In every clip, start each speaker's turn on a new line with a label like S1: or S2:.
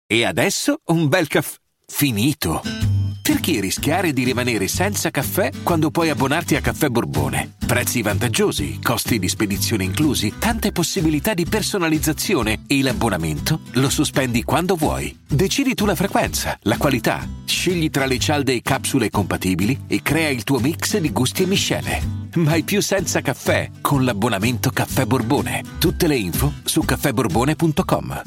S1: E adesso un bel caffè finito. Perché rischiare di rimanere senza caffè quando puoi abbonarti a Caffè Borbone? Prezzi vantaggiosi, costi di spedizione inclusi, tante possibilità di personalizzazione e l'abbonamento lo sospendi quando vuoi. Decidi tu la frequenza, la qualità, scegli tra le cialde e capsule compatibili e crea il tuo mix di gusti e miscele. Mai più senza caffè con l'abbonamento Caffè Borbone. Tutte le info su caffèborbone.com.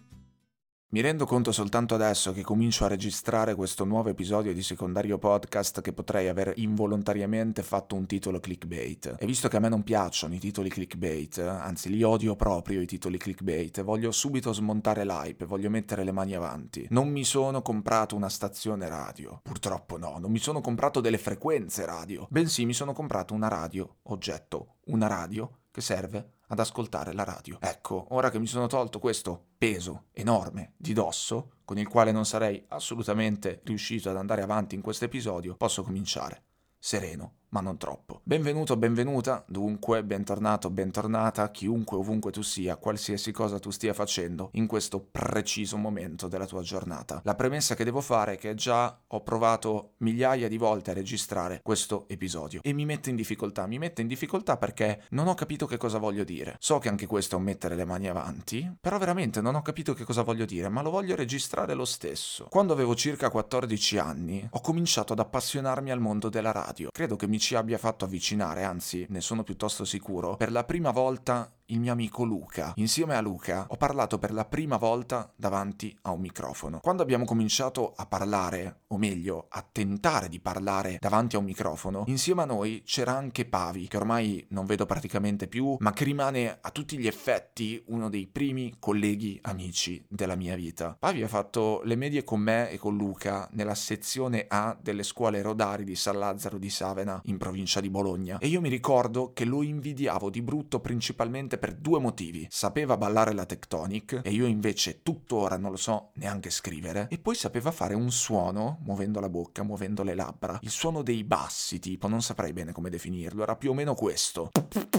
S2: Mi rendo conto soltanto adesso che comincio a registrare questo nuovo episodio di Secondario Podcast che potrei aver involontariamente fatto un titolo clickbait. E visto che a me non piacciono i titoli clickbait, anzi li odio proprio i titoli clickbait, voglio subito smontare l'hype, voglio mettere le mani avanti. Non mi sono comprato una stazione radio. Purtroppo no, non mi sono comprato delle frequenze radio. Bensì mi sono comprato una radio, oggetto, una radio che serve ad ascoltare la radio. Ecco, ora che mi sono tolto questo peso enorme di dosso, con il quale non sarei assolutamente riuscito ad andare avanti in questo episodio, posso cominciare. Sereno, ma non troppo. Benvenuto, benvenuta, dunque, bentornato, bentornata, chiunque ovunque tu sia, qualsiasi cosa tu stia facendo in questo preciso momento della tua giornata. La premessa che devo fare è che già ho provato migliaia di volte a registrare questo episodio e mi mette in difficoltà perché non ho capito che cosa voglio dire. So che anche questo è un mettere le mani avanti, però veramente non ho capito che cosa voglio dire, ma lo voglio registrare lo stesso. Quando avevo circa 14 anni, ho cominciato ad appassionarmi al mondo della radio. Credo che mi ci abbia fatto avvicinare, anzi ne sono piuttosto sicuro, per la prima volta il mio amico Luca. Insieme a Luca ho parlato per la prima volta davanti a un microfono. Quando abbiamo cominciato a parlare, o meglio, a tentare di parlare davanti a un microfono, insieme a noi c'era anche Pavi, che ormai non vedo praticamente più, ma che rimane a tutti gli effetti uno dei primi colleghi amici della mia vita. Pavi ha fatto le medie con me e con Luca nella sezione A delle scuole Rodari di San Lazzaro di Savena, in provincia di Bologna, e io mi ricordo che lo invidiavo di brutto principalmente per due motivi. Sapeva ballare la Tectonic e io invece tuttora non lo so neanche scrivere, e poi sapeva fare un suono muovendo la bocca, muovendo le labbra, il suono dei bassi, tipo, non saprei bene come definirlo, era più o meno questo.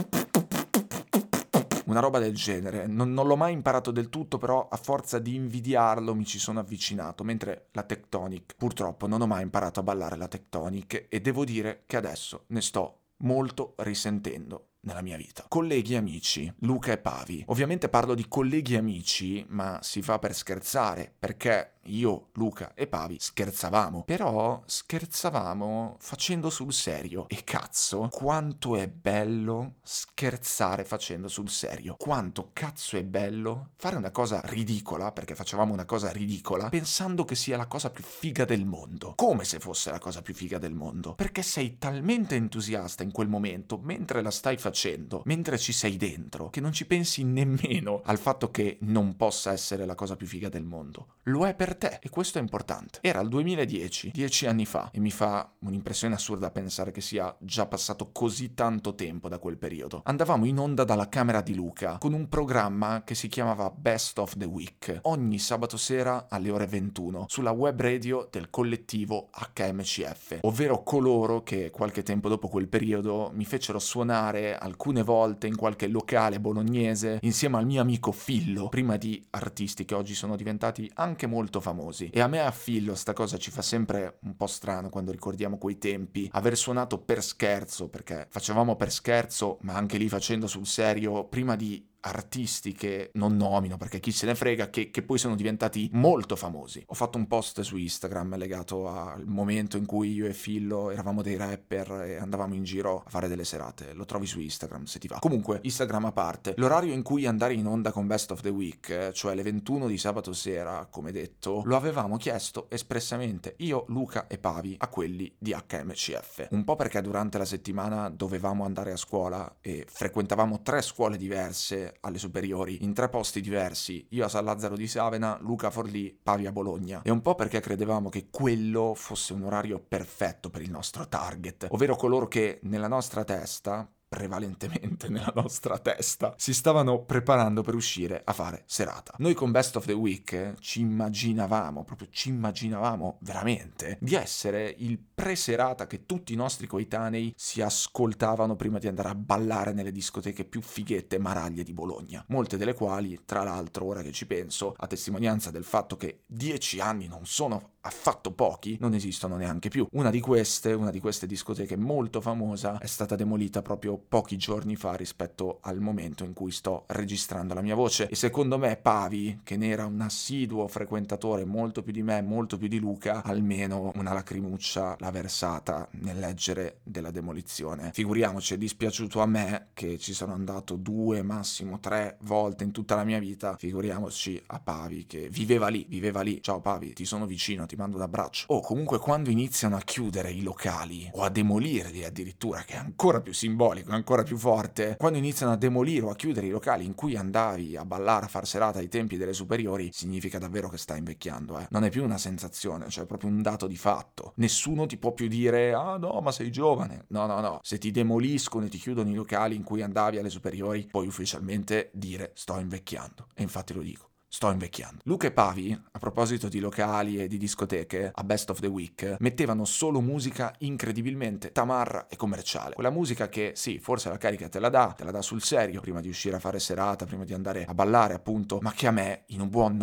S2: Una roba del genere. Non l'ho mai imparato del tutto, però a forza di invidiarlo mi ci sono avvicinato, mentre la Tectonic, purtroppo non ho mai imparato a ballare la Tectonic e devo dire che adesso ne sto molto risentendo nella mia vita. Colleghi e amici, Luca e Pavi. Ovviamente parlo di colleghi e amici, ma si fa per scherzare, perché io, Luca e Pavi scherzavamo, però scherzavamo facendo sul serio. E cazzo, quanto è bello scherzare facendo sul serio. Quanto cazzo è bello fare una cosa ridicola, perché facevamo una cosa ridicola, pensando che sia la cosa più figa del mondo. Come se fosse la cosa più figa del mondo. Perché sei talmente entusiasta in quel momento, mentre la stai facendo, mentre ci sei dentro, che non ci pensi nemmeno al fatto che non possa essere la cosa più figa del mondo. Lo è per te, e questo è importante. Era il 2010, 10 anni fa, e mi fa un'impressione assurda pensare che sia già passato così tanto tempo da quel periodo. Andavamo in onda dalla camera di Luca con un programma che si chiamava Best of the Week, ogni sabato sera alle ore 21 sulla web radio del collettivo HMCF, ovvero coloro che qualche tempo dopo quel periodo mi fecero suonare alcune volte in qualche locale bolognese insieme al mio amico Fillo, prima di artisti che oggi sono diventati anche molto famosi. E a me a Fillo sta cosa ci fa sempre un po' strano quando ricordiamo quei tempi, aver suonato per scherzo, perché facevamo per scherzo, ma anche lì facendo sul serio, prima di artisti che non nomino perché chi se ne frega, che poi sono diventati molto famosi. Ho fatto un post su Instagram legato al momento in cui io e Fillo eravamo dei rapper e andavamo in giro a fare delle serate. Lo trovi su Instagram se ti va. Comunque, Instagram a parte, l'orario in cui andare in onda con Best of the Week, cioè le 21 di sabato sera, come detto, lo avevamo chiesto espressamente io, Luca e Pavi a quelli di HMCF. Un po' perché durante la settimana dovevamo andare a scuola e frequentavamo 3 scuole diverse alle superiori, in 3 posti diversi, io a San Lazzaro di Savena, Luca a Forlì, Pavi a Bologna, e un po' perché credevamo che quello fosse un orario perfetto per il nostro target, ovvero coloro che nella nostra testa prevalentemente nella nostra testa, si stavano preparando per uscire a fare serata. Noi con Best of the Week ci immaginavamo veramente di essere il pre-serata che tutti i nostri coetanei si ascoltavano prima di andare a ballare nelle discoteche più fighette e maraglie di Bologna, molte delle quali, tra l'altro, ora che ci penso, a testimonianza del fatto che 10 anni non sono affatto pochi, non esistono neanche più. Una di queste discoteche molto famosa è stata demolita proprio pochi giorni fa rispetto al momento in cui sto registrando la mia voce, e secondo me Pavi, che ne era un assiduo frequentatore molto più di me, molto più di Luca, almeno una lacrimuccia l'ha versata nel leggere della demolizione. Figuriamoci, è dispiaciuto a me, che ci sono andato 2, massimo 3 volte in tutta la mia vita, figuriamoci a Pavi che viveva lì. Ciao Pavi, ti sono vicino, ti mando un abbraccio. O comunque quando iniziano a chiudere i locali o a demolirli addirittura, che è ancora più simbolico, ancora più forte, quando iniziano a demolire o a chiudere i locali in cui andavi a ballare, a far serata ai tempi delle superiori, significa davvero che stai invecchiando, Non è più una sensazione, cioè è proprio un dato di fatto. Nessuno ti può più dire "ah no, ma sei giovane". No, se ti demoliscono e ti chiudono i locali in cui andavi alle superiori, puoi ufficialmente dire "sto invecchiando". E infatti lo dico. Sto invecchiando. Luca e Pavi, a proposito di locali e di discoteche, a Best of the Week, mettevano solo musica incredibilmente tamarra e commerciale. Quella musica che, sì, forse la carica te la dà sul serio, prima di uscire a fare serata, prima di andare a ballare, appunto, ma che a me, in un buon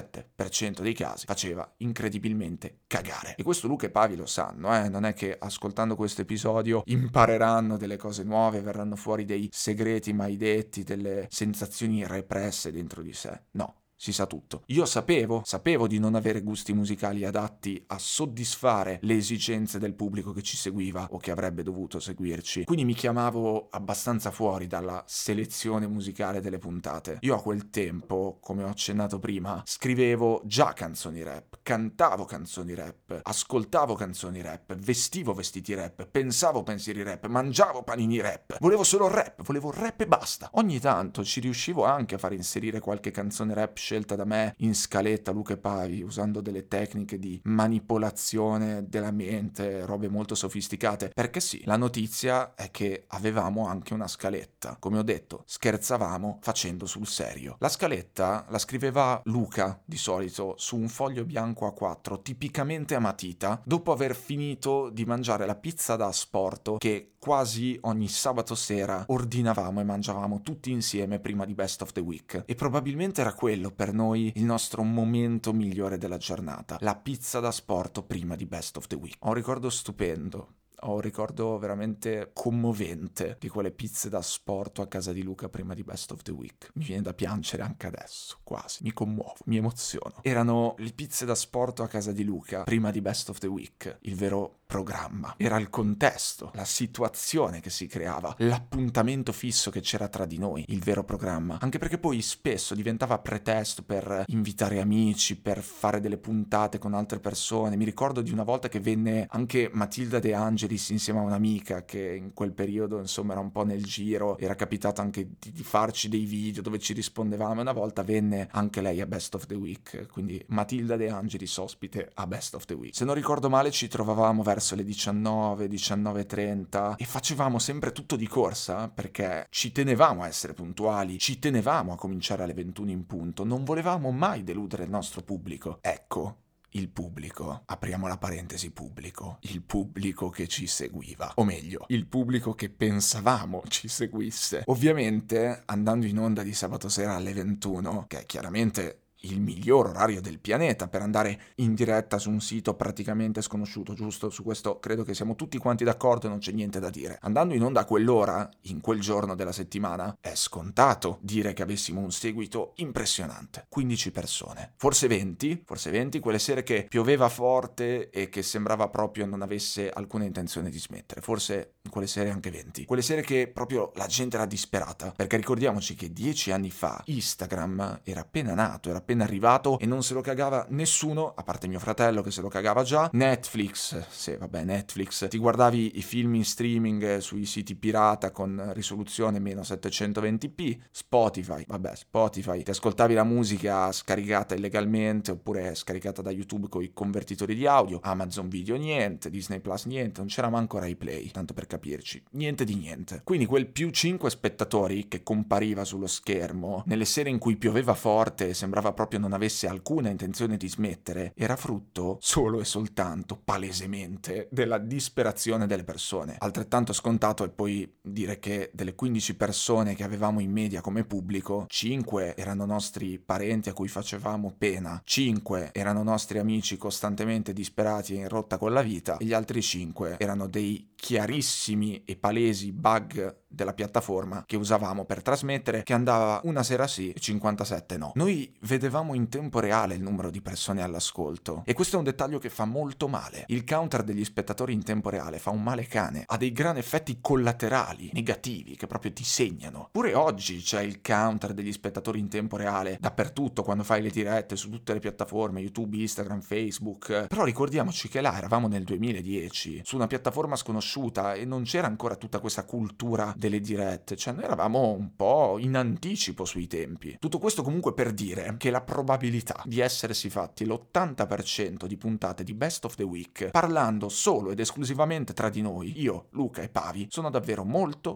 S2: 97% dei casi, faceva incredibilmente cagare. E questo Luca e Pavi lo sanno, Non è che ascoltando questo episodio impareranno delle cose nuove, verranno fuori dei segreti mai detti, delle sensazioni represse dentro di sé. No. Si sa tutto. Io sapevo di non avere gusti musicali adatti a soddisfare le esigenze del pubblico che ci seguiva o che avrebbe dovuto seguirci. Quindi mi chiamavo abbastanza fuori dalla selezione musicale delle puntate. Io a quel tempo, come ho accennato prima, scrivevo già canzoni rap, cantavo canzoni rap, ascoltavo canzoni rap, vestivo vestiti rap, pensavo pensieri rap, mangiavo panini rap. Volevo solo rap, volevo rap e basta. Ogni tanto ci riuscivo anche a far inserire qualche canzone rap scelta da me in scaletta, Luca e Pavi, usando delle tecniche di manipolazione della mente, robe molto sofisticate, perché sì, la notizia è che avevamo anche una scaletta. Come ho detto, scherzavamo facendo sul serio. La scaletta la scriveva Luca, di solito, su un foglio bianco A4, tipicamente a matita, dopo aver finito di mangiare la pizza da asporto che quasi ogni sabato sera ordinavamo e mangiavamo tutti insieme prima di Best of the Week. E probabilmente era quello per noi il nostro momento migliore della giornata, la pizza da asporto prima di Best of the Week. Ho un ricordo stupendo. Ho un ricordo veramente commovente di quelle pizze da asporto a casa di Luca prima di Best of the Week. Mi viene da piangere anche adesso, quasi. Mi commuovo, mi emoziono. Erano le pizze da asporto a casa di Luca prima di Best of the Week, il vero programma. Era il contesto, la situazione che si creava, l'appuntamento fisso che c'era tra di noi, il vero programma. Anche perché poi spesso diventava pretesto per invitare amici, per fare delle puntate con altre persone. Mi ricordo di una volta che venne anche Matilda De Angelis insieme a un'amica che in quel periodo insomma era un po' nel giro, era capitato anche di farci dei video dove ci rispondevamo, e una volta venne anche lei a Best of the Week, quindi Matilda De Angelis ospite a Best of the Week. Se non ricordo male ci trovavamo verso le 19:30 e facevamo sempre tutto di corsa perché ci tenevamo a essere puntuali, ci tenevamo a cominciare alle 21 in punto, non volevamo mai deludere il nostro pubblico. Ecco, il pubblico, apriamo la parentesi pubblico, il pubblico che ci seguiva, o meglio, il pubblico che pensavamo ci seguisse. Ovviamente, andando in onda di sabato sera alle 21, che è chiaramente il miglior orario del pianeta per andare in diretta su un sito praticamente sconosciuto, giusto? Su questo credo che siamo tutti quanti d'accordo e non c'è niente da dire. Andando in onda a quell'ora, in quel giorno della settimana, è scontato dire che avessimo un seguito impressionante. 15 persone, forse 20, quelle sere che pioveva forte e che sembrava proprio non avesse alcuna intenzione di smettere, forse quelle sere anche 20. Quelle sere che proprio la gente era disperata, perché ricordiamoci che 10 anni fa Instagram era appena nato, era appena appena arrivato e non se lo cagava nessuno, a parte mio fratello che se lo cagava già. Netflix, sì vabbè, Netflix, ti guardavi i film in streaming sui siti pirata con risoluzione meno 720p. Spotify, ti ascoltavi la musica scaricata illegalmente oppure scaricata da YouTube con i convertitori di audio. Amazon Video niente, Disney Plus niente, non c'era manco Rai Play, tanto per capirci, niente di niente. Quindi quel più 5 spettatori che compariva sullo schermo nelle sere in cui pioveva forte e sembrava proprio non avesse alcuna intenzione di smettere era frutto solo e soltanto, palesemente, della disperazione delle persone. Altrettanto scontato è poi dire che delle 15 persone che avevamo in media come pubblico, 5 erano nostri parenti a cui facevamo pena, 5 erano nostri amici costantemente disperati e in rotta con la vita e gli altri 5 erano dei chiarissimi e palesi bug della piattaforma che usavamo per trasmettere, che andava una sera sì e 57 no. Noi vedevamo in tempo reale il numero di persone all'ascolto e questo è un dettaglio che fa molto male. Il counter degli spettatori in tempo reale fa un male cane, ha dei gran effetti collaterali negativi che proprio ti segnano. Pure oggi c'è il counter degli spettatori in tempo reale dappertutto, quando fai le dirette su tutte le piattaforme, YouTube, Instagram, Facebook, però ricordiamoci che là eravamo nel 2010 su una piattaforma sconosciuta e non c'era ancora tutta questa cultura delle dirette, cioè noi eravamo un po' in anticipo sui tempi. Tutto questo comunque per dire che la probabilità di essersi fatti l'80% di puntate di Best of the Week parlando solo ed esclusivamente tra di noi, io, Luca e Pavi, sono davvero molto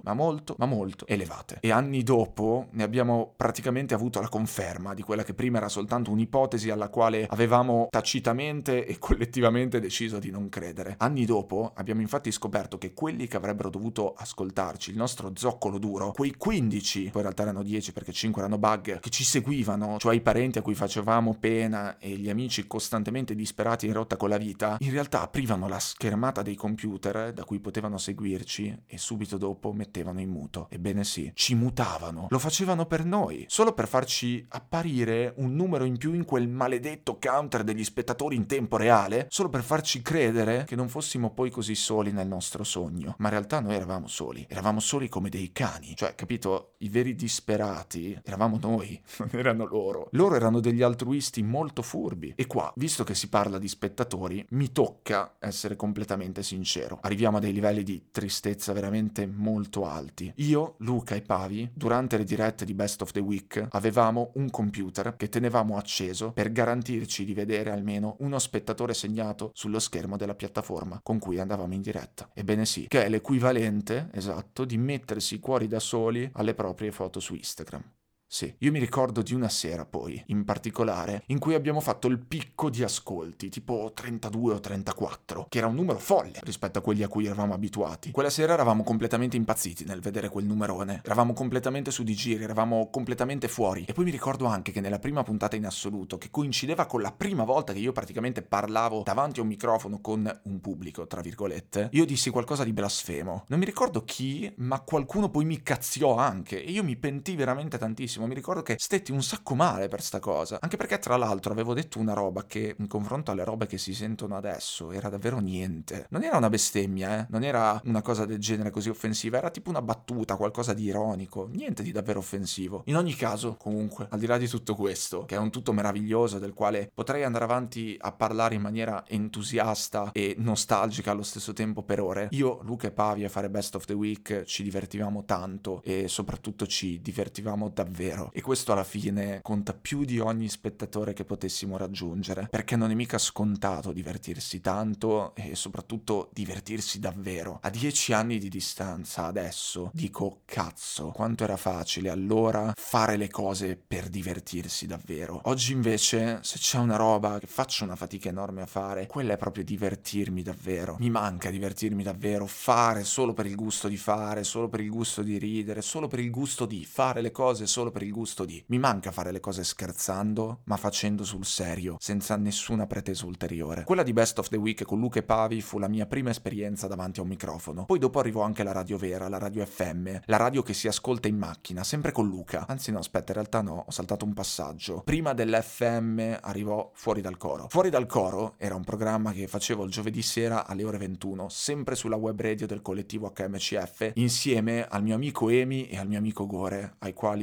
S2: elevate. E anni dopo ne abbiamo praticamente avuto la conferma di quella che prima era soltanto un'ipotesi alla quale avevamo tacitamente e collettivamente deciso di non credere. Anni dopo abbiamo infatti scoperto che quelli che avrebbero dovuto ascoltarci, il nostro zoccolo duro, quei 15, poi in realtà erano 10 perché 5 erano bug, che ci seguivano, cioè i parenti a cui facevamo pena e gli amici costantemente disperati in rotta con la vita, in realtà aprivano la schermata dei computer da cui potevano seguirci e subito dopo mettevano in muto. Ebbene sì, ci mutavano, lo facevano per noi, solo per farci apparire un numero in più in quel maledetto counter degli spettatori in tempo reale, solo per farci credere che non fossimo poi così soli nel nostro sogno. Ma in realtà noi eravamo soli come dei cani, cioè, capito, i veri disperati eravamo noi, non erano loro. Loro erano degli altruisti molto furbi. E qua, visto che si parla di spettatori, mi tocca essere completamente sincero. Arriviamo a dei livelli di tristezza veramente molto alti. Io, Luca e Pavi, durante le dirette di Best of the Week, avevamo un computer che tenevamo acceso per garantirci di vedere almeno uno spettatore segnato sullo schermo della piattaforma con cui andavamo in diretta. Ebbene sì, che è l'equivalente, esatto, di mettersi cuori da soli alle proprie foto su Instagram. Sì, io mi ricordo di una sera poi, in particolare, in cui abbiamo fatto il picco di ascolti, tipo 32 o 34, che era un numero folle rispetto a quelli a cui eravamo abituati. Quella sera eravamo completamente impazziti nel vedere quel numerone, eravamo completamente su di giri, eravamo completamente fuori. E poi mi ricordo anche che nella prima puntata in assoluto, che coincideva con la prima volta che io praticamente parlavo davanti a un microfono con un pubblico, tra virgolette, io dissi qualcosa di blasfemo. Non mi ricordo chi, ma qualcuno poi mi cazziò anche, e io mi pentii veramente tantissimo. Mi ricordo che stetti un sacco male per sta cosa, anche perché tra l'altro avevo detto una roba che in confronto alle robe che si sentono adesso era davvero niente. Non era una bestemmia, non era una cosa del genere così offensiva, era tipo una battuta, qualcosa di ironico, niente di davvero offensivo. In ogni caso, comunque, al di là di tutto questo, che è un tutto meraviglioso del quale potrei andare avanti a parlare in maniera entusiasta e nostalgica allo stesso tempo per ore, io, Luca e Pavi a fare Best of the Week ci divertivamo tanto e soprattutto ci divertivamo davvero. E questo alla fine conta più di ogni spettatore che potessimo raggiungere, perché non è mica scontato divertirsi tanto e soprattutto divertirsi davvero. A 10 anni di distanza adesso dico cazzo, quanto era facile allora fare le cose per divertirsi davvero. Oggi invece se c'è una roba che faccio una fatica enorme a fare, quella è proprio divertirmi davvero. Mi manca divertirmi davvero, fare solo per il gusto di fare, solo per il gusto di ridere, solo per il gusto di fare le cose solo per il gusto di. Mi manca fare le cose scherzando, ma facendo sul serio, senza nessuna pretesa ulteriore. Quella di Best of the Week con Luca e Pavi fu la mia prima esperienza davanti a un microfono. Poi dopo arrivò anche la radio vera, la radio FM, la radio che si ascolta in macchina, sempre con Luca. Anzi no, aspetta, in realtà no, ho saltato un passaggio. Prima dell'FM arrivò Fuori dal Coro. Fuori dal Coro era un programma che facevo il giovedì sera alle ore 21, sempre sulla web radio del collettivo HMCF, insieme al mio amico Emi e al mio amico Gore, ai quali voglio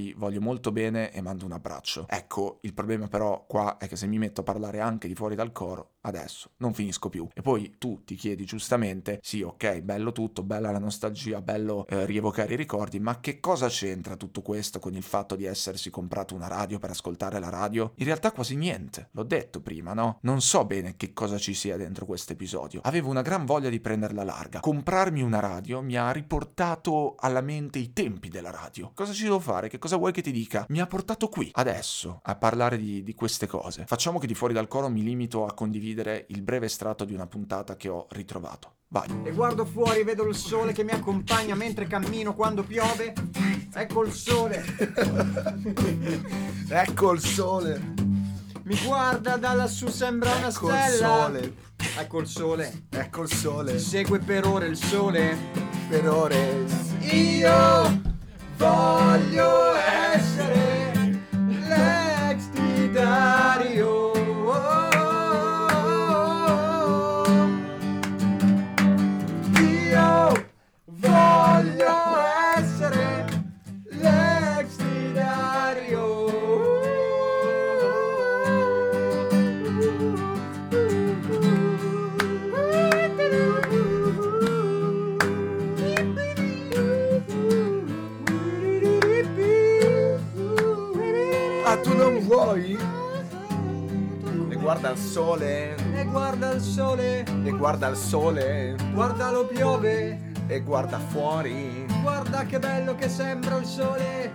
S2: molto bene e mando un abbraccio. Ecco, il problema però qua è che se mi metto a parlare anche di Fuori dal coro, adesso non finisco più. E poi tu ti chiedi giustamente, sì, ok, bello tutto, bella la nostalgia, bello rievocare i ricordi, ma che cosa c'entra tutto questo con il fatto di essersi comprato una radio per ascoltare la radio? In realtà quasi niente, l'ho detto prima, no? Non so bene che cosa ci sia dentro questo episodio. Avevo una gran voglia di prenderla larga. Comprarmi una radio mi ha riportato alla mente i tempi della radio. Cosa ci devo fare? Che cosa vuoi che ti dica? Mi ha portato qui, adesso, a parlare di queste cose. Facciamo che di Fuori dal coro mi limito a condividere il breve estratto di una puntata che ho ritrovato. Vai.
S3: E guardo fuori e vedo il sole che mi accompagna mentre cammino quando piove. Ecco il sole.
S4: Ecco il sole.
S3: Mi guarda da lassù, sembra una
S4: Ecco
S3: stella.
S4: il sole.
S3: Ecco il sole.
S4: Ecco il sole.
S3: Mi segue per ore il sole.
S4: Per ore.
S3: Io voglio essere l'ex di Dario. Io voglio essere l'ex di Dario.
S4: Ah, tu non vuoi? E guarda il sole.
S3: E guarda il sole,
S4: E guarda il sole.
S3: guardalo piove,
S4: E guarda fuori.
S3: guarda che bello che sembra il sole.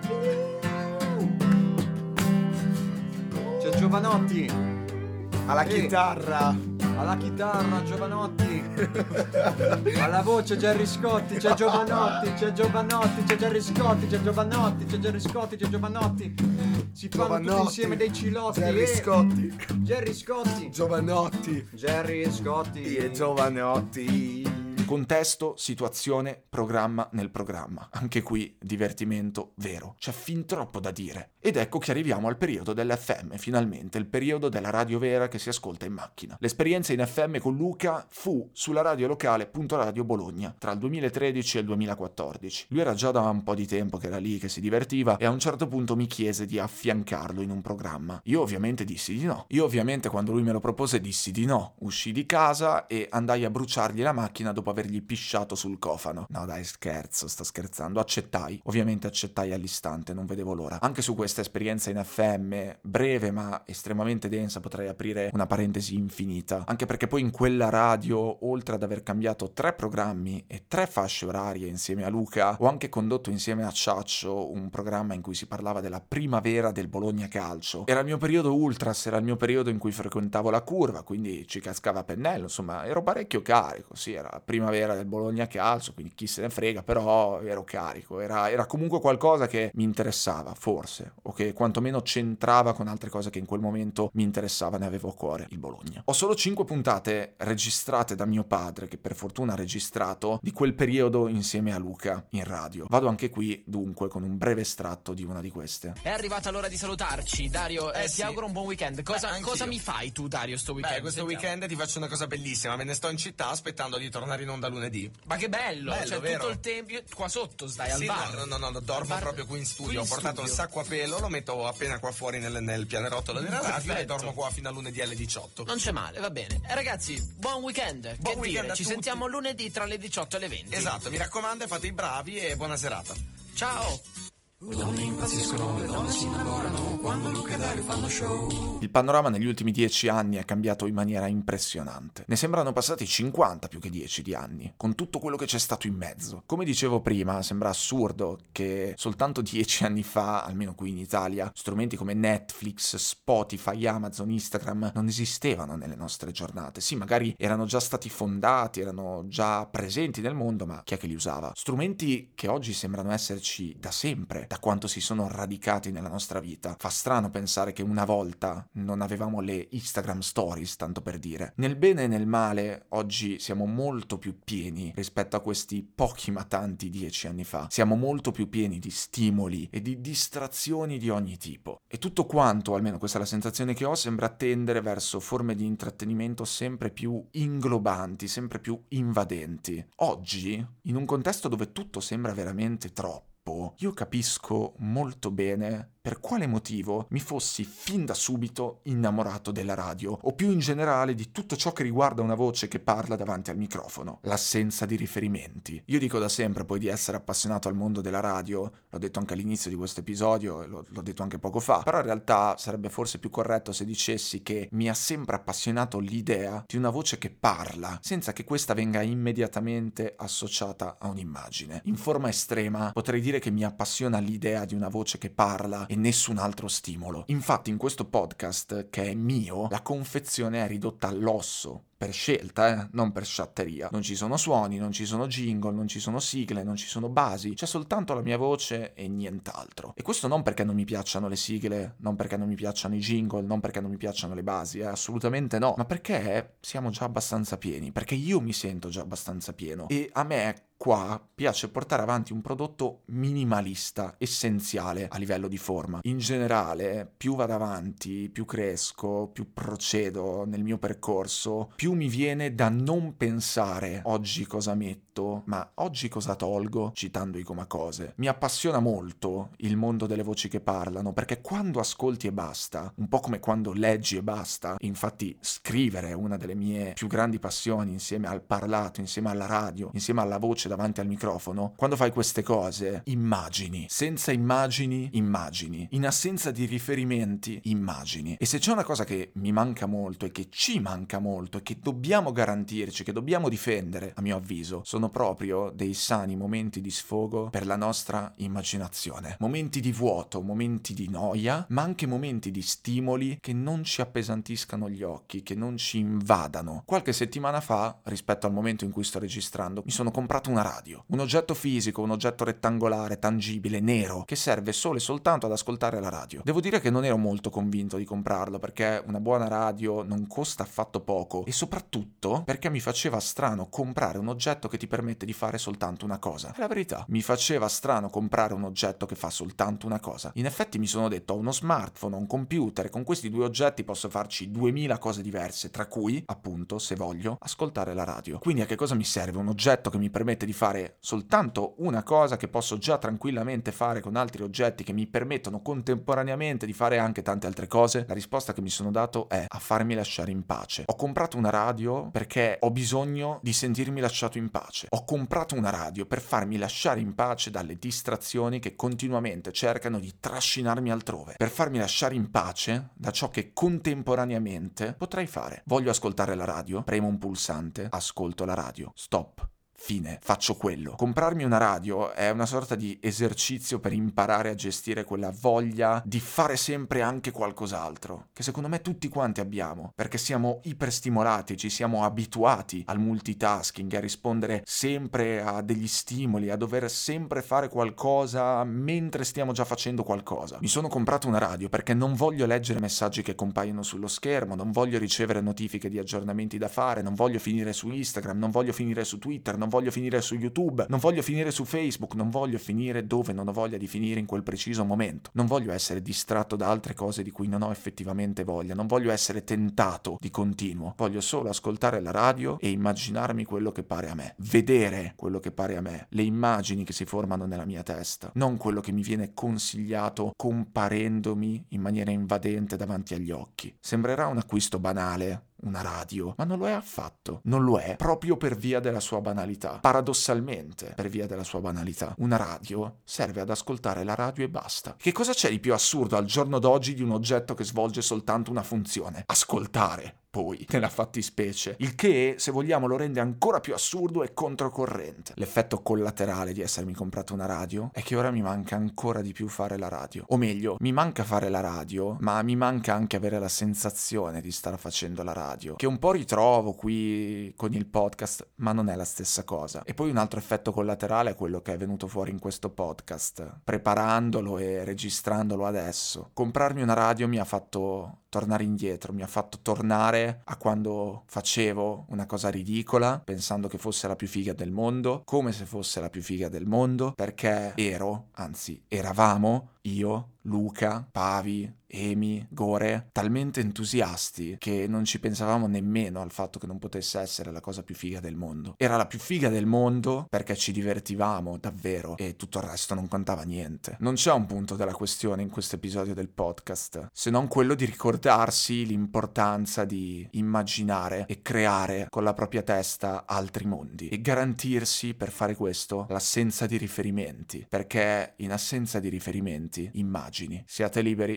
S3: C'è Giovanotti,
S4: Alla
S3: Sì.
S4: chitarra.
S3: alla chitarra Giovanotti, alla voce Gerry Scotti, c'è Giovanotti, c'è Giovanotti, c'è Gerry Scotti, c'è Giovanotti, c'è Gerry Scotti, c'è Giovanotti. Si fanno tutti
S4: Giovanotti.
S3: insieme dei cilotti.
S4: Gerry Scotti.
S3: Gerry Scotti,
S4: Giovanotti.
S3: Gerry Scotti
S4: E Giovanotti.
S2: Contesto, situazione, programma nel programma. Anche qui divertimento vero. C'è fin troppo da dire. Ed ecco che arriviamo al periodo dell'FM, finalmente, il periodo della radio vera che si ascolta in macchina. L'esperienza in FM con Luca fu sulla radio locale Punto Radio Bologna, tra il 2013 e il 2014. Lui era già da un po' di tempo che era lì, che si divertiva, e a un certo punto mi chiese di affiancarlo in un programma. Io ovviamente dissi di no. Io ovviamente quando lui me lo propose dissi di no. Uscii di casa e andai a bruciargli la macchina dopo avergli pisciato sul cofano. No dai, scherzo, sto scherzando. Accettai. Ovviamente accettai all'istante, non vedevo l'ora. Anche su questa esperienza in FM, breve ma estremamente densa, potrei aprire una parentesi infinita. Anche perché poi in quella radio, oltre ad aver cambiato 3 programmi e 3 fasce orarie insieme a Luca, ho anche condotto insieme a Ciaccio un programma in cui si parlava della primavera del Bologna Calcio. Era il mio periodo ultras, era il mio periodo in cui frequentavo la curva, quindi ci cascava a pennello, insomma ero parecchio carico, sì, era la primavera del Bologna Calcio, quindi chi se ne frega, però ero carico, era comunque qualcosa che mi interessava, forse, o che quantomeno c'entrava con altre cose che in quel momento mi interessava, ne avevo a cuore, il Bologna. Ho solo 5 puntate registrate da mio padre, che per fortuna ha registrato, di quel periodo insieme a Luca in radio. Vado anche qui, dunque, con un breve estratto di una di queste.
S5: È arrivata l'ora di salutarci, Dario. Ti
S6: sì.
S5: auguro un buon weekend. Cosa
S6: anch'io.
S5: mi fai tu, Dario, sto weekend?
S6: Questo
S5: Sentiamo.
S6: weekend ti faccio una cosa bellissima. Me ne sto in città aspettando di tornare in onda lunedì.
S5: Ma che bello,
S6: Bello,
S5: cioè
S6: vero?
S5: tutto il tempo. Qua sotto stai al
S6: Sì,
S5: bar.
S6: no, dormo
S5: Al bar-
S6: proprio qui in studio.
S5: qui in
S6: Ho portato il
S5: studio.
S6: sacco a pelo, lo metto appena qua fuori nel pianerottolo della radio e
S5: Perfetto.
S6: dormo qua fino a lunedì alle 18.
S5: Non c'è male, va bene. Ragazzi, buon weekend.
S6: Buon
S5: che
S6: weekend
S5: dire,
S6: a
S5: ci
S6: tutti.
S5: sentiamo lunedì tra le 18 e le 20.
S6: Esatto, mi raccomando, fate i bravi e buona serata.
S5: Ciao.
S2: Il panorama negli ultimi 10 anni è cambiato in maniera impressionante. Ne sembrano passati 50 più che 10 di anni, con tutto quello che c'è stato in mezzo. Come dicevo prima, sembra assurdo che soltanto 10 anni fa, almeno qui in Italia, strumenti come Netflix, Spotify, Amazon, Instagram non esistevano nelle nostre giornate. Sì, magari erano già stati fondati, erano già presenti nel mondo, ma chi è che li usava? Strumenti che oggi sembrano esserci da sempre, da quanto si sono radicati nella nostra vita. Fa strano pensare che una volta non avevamo le Instagram Stories, tanto per dire. Nel bene e nel male, oggi siamo molto più pieni rispetto a questi pochi ma tanti 10 anni fa. Siamo molto più pieni di stimoli e di distrazioni di ogni tipo. E tutto quanto, almeno questa è la sensazione che ho, sembra tendere verso forme di intrattenimento sempre più inglobanti, sempre più invadenti. Oggi, in un contesto dove tutto sembra veramente troppo, tempo io capisco molto bene per quale motivo mi fossi fin da subito innamorato della radio, o più in generale di tutto ciò che riguarda una voce che parla davanti al microfono, l'assenza di riferimenti. Io dico da sempre poi di essere appassionato al mondo della radio, l'ho detto anche all'inizio di questo episodio e l'ho detto anche poco fa, però in realtà sarebbe forse più corretto se dicessi che mi ha sempre appassionato l'idea di una voce che parla, senza che questa venga immediatamente associata a un'immagine. In forma estrema potrei dire che mi appassiona l'idea di una voce che parla e nessun altro stimolo. Infatti in questo podcast, che è mio, la confezione è ridotta all'osso. Per scelta, non per sciatteria. Non ci sono suoni, non ci sono jingle, non ci sono sigle, non ci sono basi, c'è soltanto la mia voce e nient'altro. E questo non perché non mi piacciono le sigle, non perché non mi piacciono i jingle, non perché non mi piacciono le basi, assolutamente no, ma perché siamo già abbastanza pieni, perché io mi sento già abbastanza pieno e a me qua piace portare avanti un prodotto minimalista, essenziale a livello di forma. In generale, più vado avanti, più cresco, più procedo nel mio percorso, più mi viene da non pensare oggi cosa metto, ma oggi cosa tolgo, citando i Comacose. Mi appassiona molto il mondo delle voci che parlano, perché quando ascolti e basta, un po' come quando leggi e basta, infatti scrivere è una delle mie più grandi passioni insieme al parlato, insieme alla radio, insieme alla voce davanti al microfono, quando fai queste cose, immagini. Senza immagini, immagini. In assenza di riferimenti, immagini. E se c'è una cosa che mi manca molto e che ci manca molto e che dobbiamo garantirci, che dobbiamo difendere, a mio avviso, sono proprio dei sani momenti di sfogo per la nostra immaginazione. Momenti di vuoto, momenti di noia, ma anche momenti di stimoli che non ci appesantiscano gli occhi, che non ci invadano. Qualche settimana fa, rispetto al momento in cui sto registrando, mi sono comprato una radio, un oggetto fisico, un oggetto rettangolare, tangibile, nero, che serve solo e soltanto ad ascoltare la radio. Devo dire che non ero molto convinto di comprarlo, perché una buona radio non costa affatto poco e soprattutto perché mi faceva strano comprare un oggetto che ti permette di fare soltanto una cosa. È la verità, mi faceva strano comprare un oggetto che fa soltanto una cosa. In effetti mi sono detto, ho uno smartphone, ho un computer e con questi due oggetti posso farci 2000 cose diverse, tra cui, appunto, se voglio, ascoltare la radio. Quindi a che cosa mi serve un oggetto che mi permette di fare soltanto una cosa che posso già tranquillamente fare con altri oggetti che mi permettono contemporaneamente di fare anche tante altre cose? La risposta che mi sono dato è a farmi lasciare in pace. Ho comprato una radio perché ho bisogno di sentirmi lasciato in pace. Ho comprato una radio per farmi lasciare in pace dalle distrazioni che continuamente cercano di trascinarmi altrove, per farmi lasciare in pace da ciò che contemporaneamente potrei fare. Voglio ascoltare la radio? Premo un pulsante, ascolto la radio. Stop. Fine, faccio quello. Comprarmi una radio è una sorta di esercizio per imparare a gestire quella voglia di fare sempre anche qualcos'altro, che secondo me tutti quanti abbiamo, perché siamo iperstimolati, ci siamo abituati al multitasking, a rispondere sempre a degli stimoli, a dover sempre fare qualcosa mentre stiamo già facendo qualcosa. Mi sono comprato una radio perché non voglio leggere messaggi che compaiono sullo schermo, non voglio ricevere notifiche di aggiornamenti da fare, non voglio finire su Instagram, non voglio finire su Twitter, non voglio finire su YouTube, non voglio finire su Facebook, non voglio finire dove non ho voglia di finire in quel preciso momento. Non voglio essere distratto da altre cose di cui non ho effettivamente voglia, non voglio essere tentato di continuo. Voglio solo ascoltare la radio e immaginarmi quello che pare a me, vedere quello che pare a me, le immagini che si formano nella mia testa, non quello che mi viene consigliato comparendomi in maniera invadente davanti agli occhi. Sembrerà un acquisto banale, una radio, ma non lo è affatto. Non lo è proprio per via della sua banalità. Paradossalmente, per via della sua banalità, una radio serve ad ascoltare la radio e basta. Che cosa c'è di più assurdo al giorno d'oggi di un oggetto che svolge soltanto una funzione? Ascoltare. Poi, nella fattispecie, il che, se vogliamo, lo rende ancora più assurdo e controcorrente. L'effetto collaterale di essermi comprato una radio è che ora mi manca ancora di più fare la radio. O meglio, mi manca fare la radio, ma mi manca anche avere la sensazione di star facendo la radio, che un po' ritrovo qui con il podcast, ma non è la stessa cosa. E poi un altro effetto collaterale è quello che è venuto fuori in questo podcast, preparandolo e registrandolo adesso. Comprarmi una radio mi ha fatto tornare indietro, mi ha fatto tornare a quando facevo una cosa ridicola, pensando che fosse la più figa del mondo, come se fosse la più figa del mondo, perché eravamo io, Luca, Pavi, Emi, Gore, talmente entusiasti che non ci pensavamo nemmeno al fatto che non potesse essere la cosa più figa del mondo. Era la più figa del mondo perché ci divertivamo davvero e tutto il resto non contava niente. Non c'è un punto della questione in questo episodio del podcast, se non quello di ricordarsi l'importanza di immaginare e creare con la propria testa altri mondi e garantirsi per fare questo l'assenza di riferimenti, perché in assenza di riferimenti immagini. Siate liberi.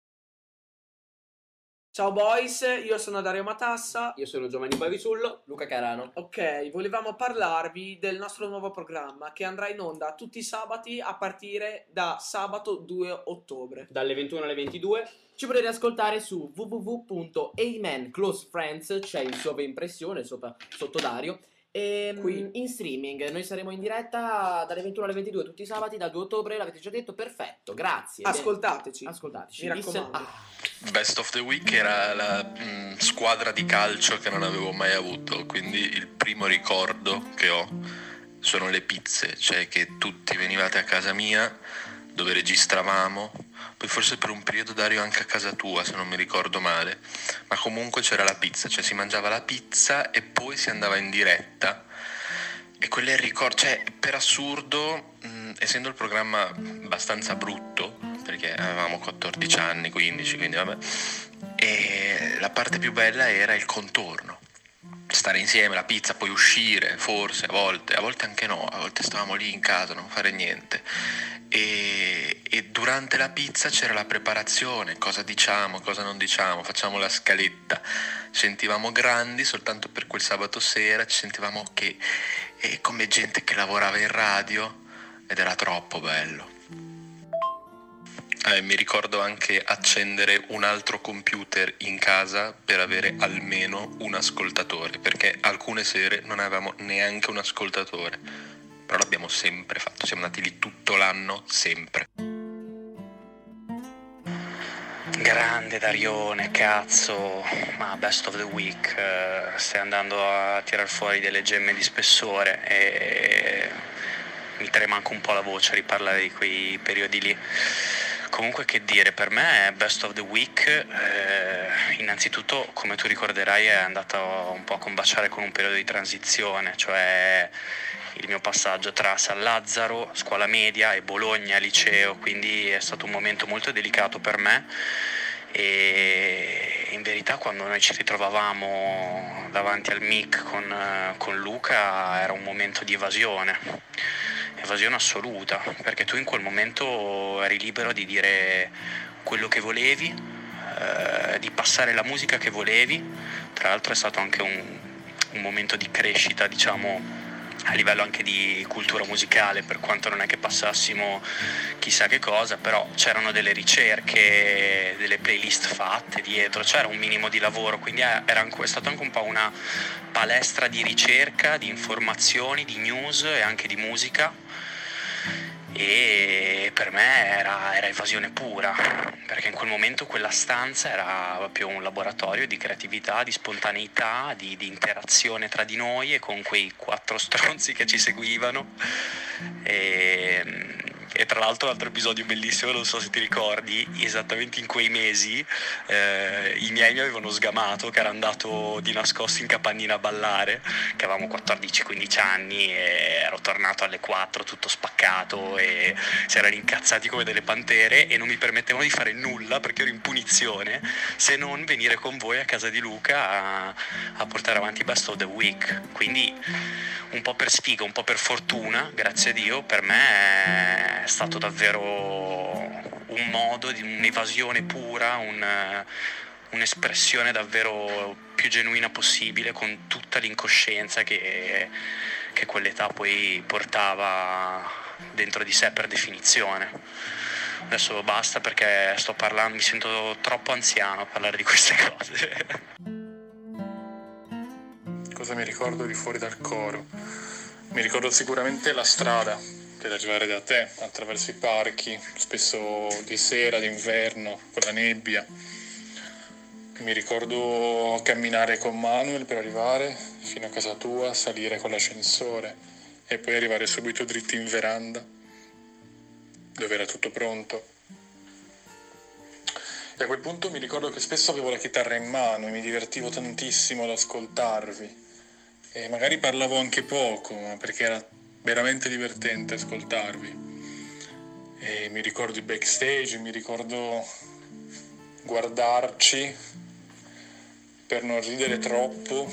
S7: Ciao boys, io sono Dario Matassa.
S8: Io sono Giovanni Bavisullo, Luca Carano.
S7: Ok, volevamo parlarvi del nostro nuovo programma che andrà in onda tutti i sabati a partire da sabato 2 ottobre.
S8: Dalle 21 alle 22 ci potete ascoltare su www.amenclosefriends, c'è in sovraimpressione sotto Dario. E
S7: Qui.
S8: in streaming noi saremo in diretta dalle 21 alle 22 tutti i sabati dal 2 ottobre, l'avete già detto, perfetto, grazie.
S7: Ascoltateci.
S8: Ascoltateci.
S7: Mi raccomando.
S6: Best of the Week era la squadra di calcio che non avevo mai avuto, quindi il primo ricordo che ho sono le pizze, cioè che tutti venivate a casa mia dove registravamo, poi forse per un periodo Dario anche a casa tua se non mi ricordo male, ma comunque c'era la pizza, cioè si mangiava la pizza e poi si andava in diretta. E quello è il ricordo, cioè per assurdo, essendo il programma abbastanza brutto, perché avevamo 14 anni, 15, quindi vabbè, e la parte più bella era il contorno, stare insieme, la pizza, poi uscire, forse, a volte anche no, a volte stavamo lì in casa, non fare niente, e durante la pizza c'era la preparazione, cosa diciamo, cosa non diciamo, facciamo la scaletta, sentivamo grandi soltanto per quel sabato sera, ci sentivamo che come gente che lavorava in radio ed era troppo bello. Mi ricordo anche accendere un altro computer in casa per avere almeno un ascoltatore, perché alcune sere non avevamo neanche un ascoltatore, però l'abbiamo sempre fatto, siamo andati lì tutto l'anno, sempre.
S9: Grande Darione, cazzo, ma Best of the Week, stai andando a tirar fuori delle gemme di spessore e mi trema anche un po' la voce a riparlare di quei periodi lì. Comunque, che dire, per me Best of the Week innanzitutto, come tu ricorderai, è andata un po' a combaciare con un periodo di transizione, cioè il mio passaggio tra San Lazzaro, scuola media, e Bologna, liceo, quindi è stato un momento molto delicato per me e in verità quando noi ci ritrovavamo davanti al mic con Luca era un momento di evasione assoluta, perché tu in quel momento eri libero di dire quello che volevi, di passare la musica che volevi. Tra l'altro è stato anche un momento di crescita, diciamo, a livello anche di cultura musicale, per quanto non è che passassimo chissà che cosa, però c'erano delle ricerche, delle playlist fatte dietro, c'era un minimo di lavoro, quindi è stato anche un po' una palestra di ricerca, di informazioni, di news e anche di musica. E per me era evasione pura, perché in quel momento quella stanza era proprio un laboratorio di creatività, di spontaneità, di interazione tra di noi e con quei 4 stronzi che ci seguivano. E tra l'altro l'altro episodio bellissimo, non so se ti ricordi, esattamente in quei mesi i miei mi avevano sgamato che ero andato di nascosto in capannina a ballare, che avevamo 14-15 anni, e ero tornato alle 4 tutto spaccato e si erano incazzati come delle pantere e non mi permettevano di fare nulla perché ero in punizione, se non venire con voi a casa di Luca a portare avanti Best of the Week. Quindi un po' per sfiga, un po' per fortuna, grazie a Dio, per me è stato davvero un modo di un'evasione pura, un'espressione davvero più genuina possibile, con tutta l'incoscienza che quell'età poi portava dentro di sé per definizione. Adesso basta perché sto parlando, mi sento troppo anziano a parlare di queste cose.
S10: Cosa mi ricordo di fuori dal coro? Mi ricordo sicuramente la strada per arrivare da te, attraverso i parchi, spesso di sera, d'inverno, con la nebbia. Mi ricordo camminare con Manuel per arrivare fino a casa tua, salire con l'ascensore e poi arrivare subito dritti in veranda, dove era tutto pronto. E a quel punto mi ricordo che spesso avevo la chitarra in mano e mi divertivo tantissimo ad ascoltarvi. E magari parlavo anche poco, ma perché era veramente divertente ascoltarvi. E mi ricordo i backstage, mi ricordo guardarci per non ridere troppo.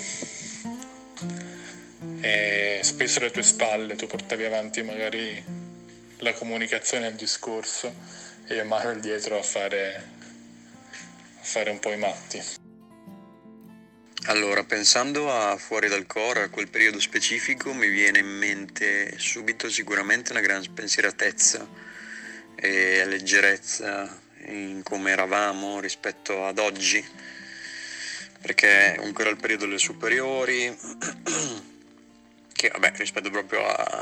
S10: E spesso alle tue spalle tu portavi avanti magari la comunicazione e il discorso e io e Manuel dietro a fare un po' i matti.
S11: Allora, pensando a Fuori dal coro, a quel periodo specifico, mi viene in mente subito sicuramente una gran spensieratezza e leggerezza in come eravamo rispetto ad oggi, perché comunque era il periodo delle superiori, che vabbè, rispetto proprio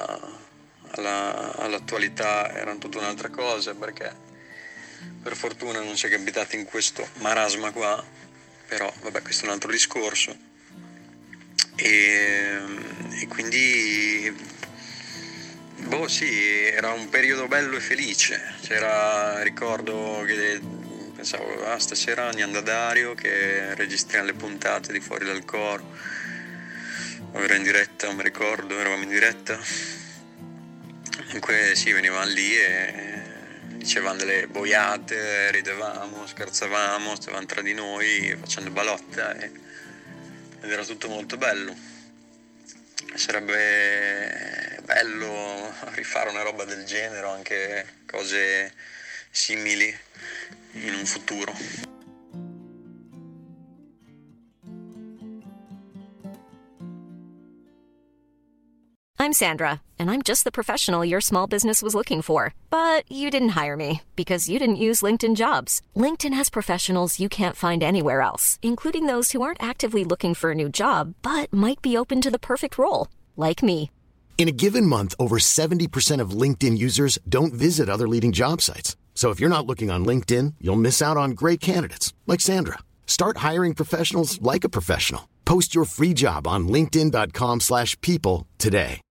S11: all'attualità erano tutta un'altra cosa, perché per fortuna non si è capitati in questo marasma qua, però vabbè, questo è un altro discorso. E quindi sì, era un periodo bello e felice. Ricordo che pensavo stasera andiamo da Dario che registriamo le puntate di Fuori dal coro, era in diretta, non mi ricordo, eravamo in diretta, comunque sì, venivamo lì e dicevamo delle boiate, ridevamo, scherzavamo, stavamo tra di noi facendo balotta ed era tutto molto bello. Sarebbe bello rifare una roba del genere o anche cose simili in un futuro.
S12: I'm Sandra, and I'm just the professional your small business was looking for. But you didn't hire me because you didn't use LinkedIn Jobs. LinkedIn has professionals you can't find anywhere else, including those who aren't actively looking for a new job, but might be open to the perfect role, like me.
S13: In a given month, over 70% of LinkedIn users don't visit other leading job sites. So if you're not looking on LinkedIn, you'll miss out on great candidates, like Sandra. Start hiring professionals like a professional. Post your free job on linkedin.com/people today.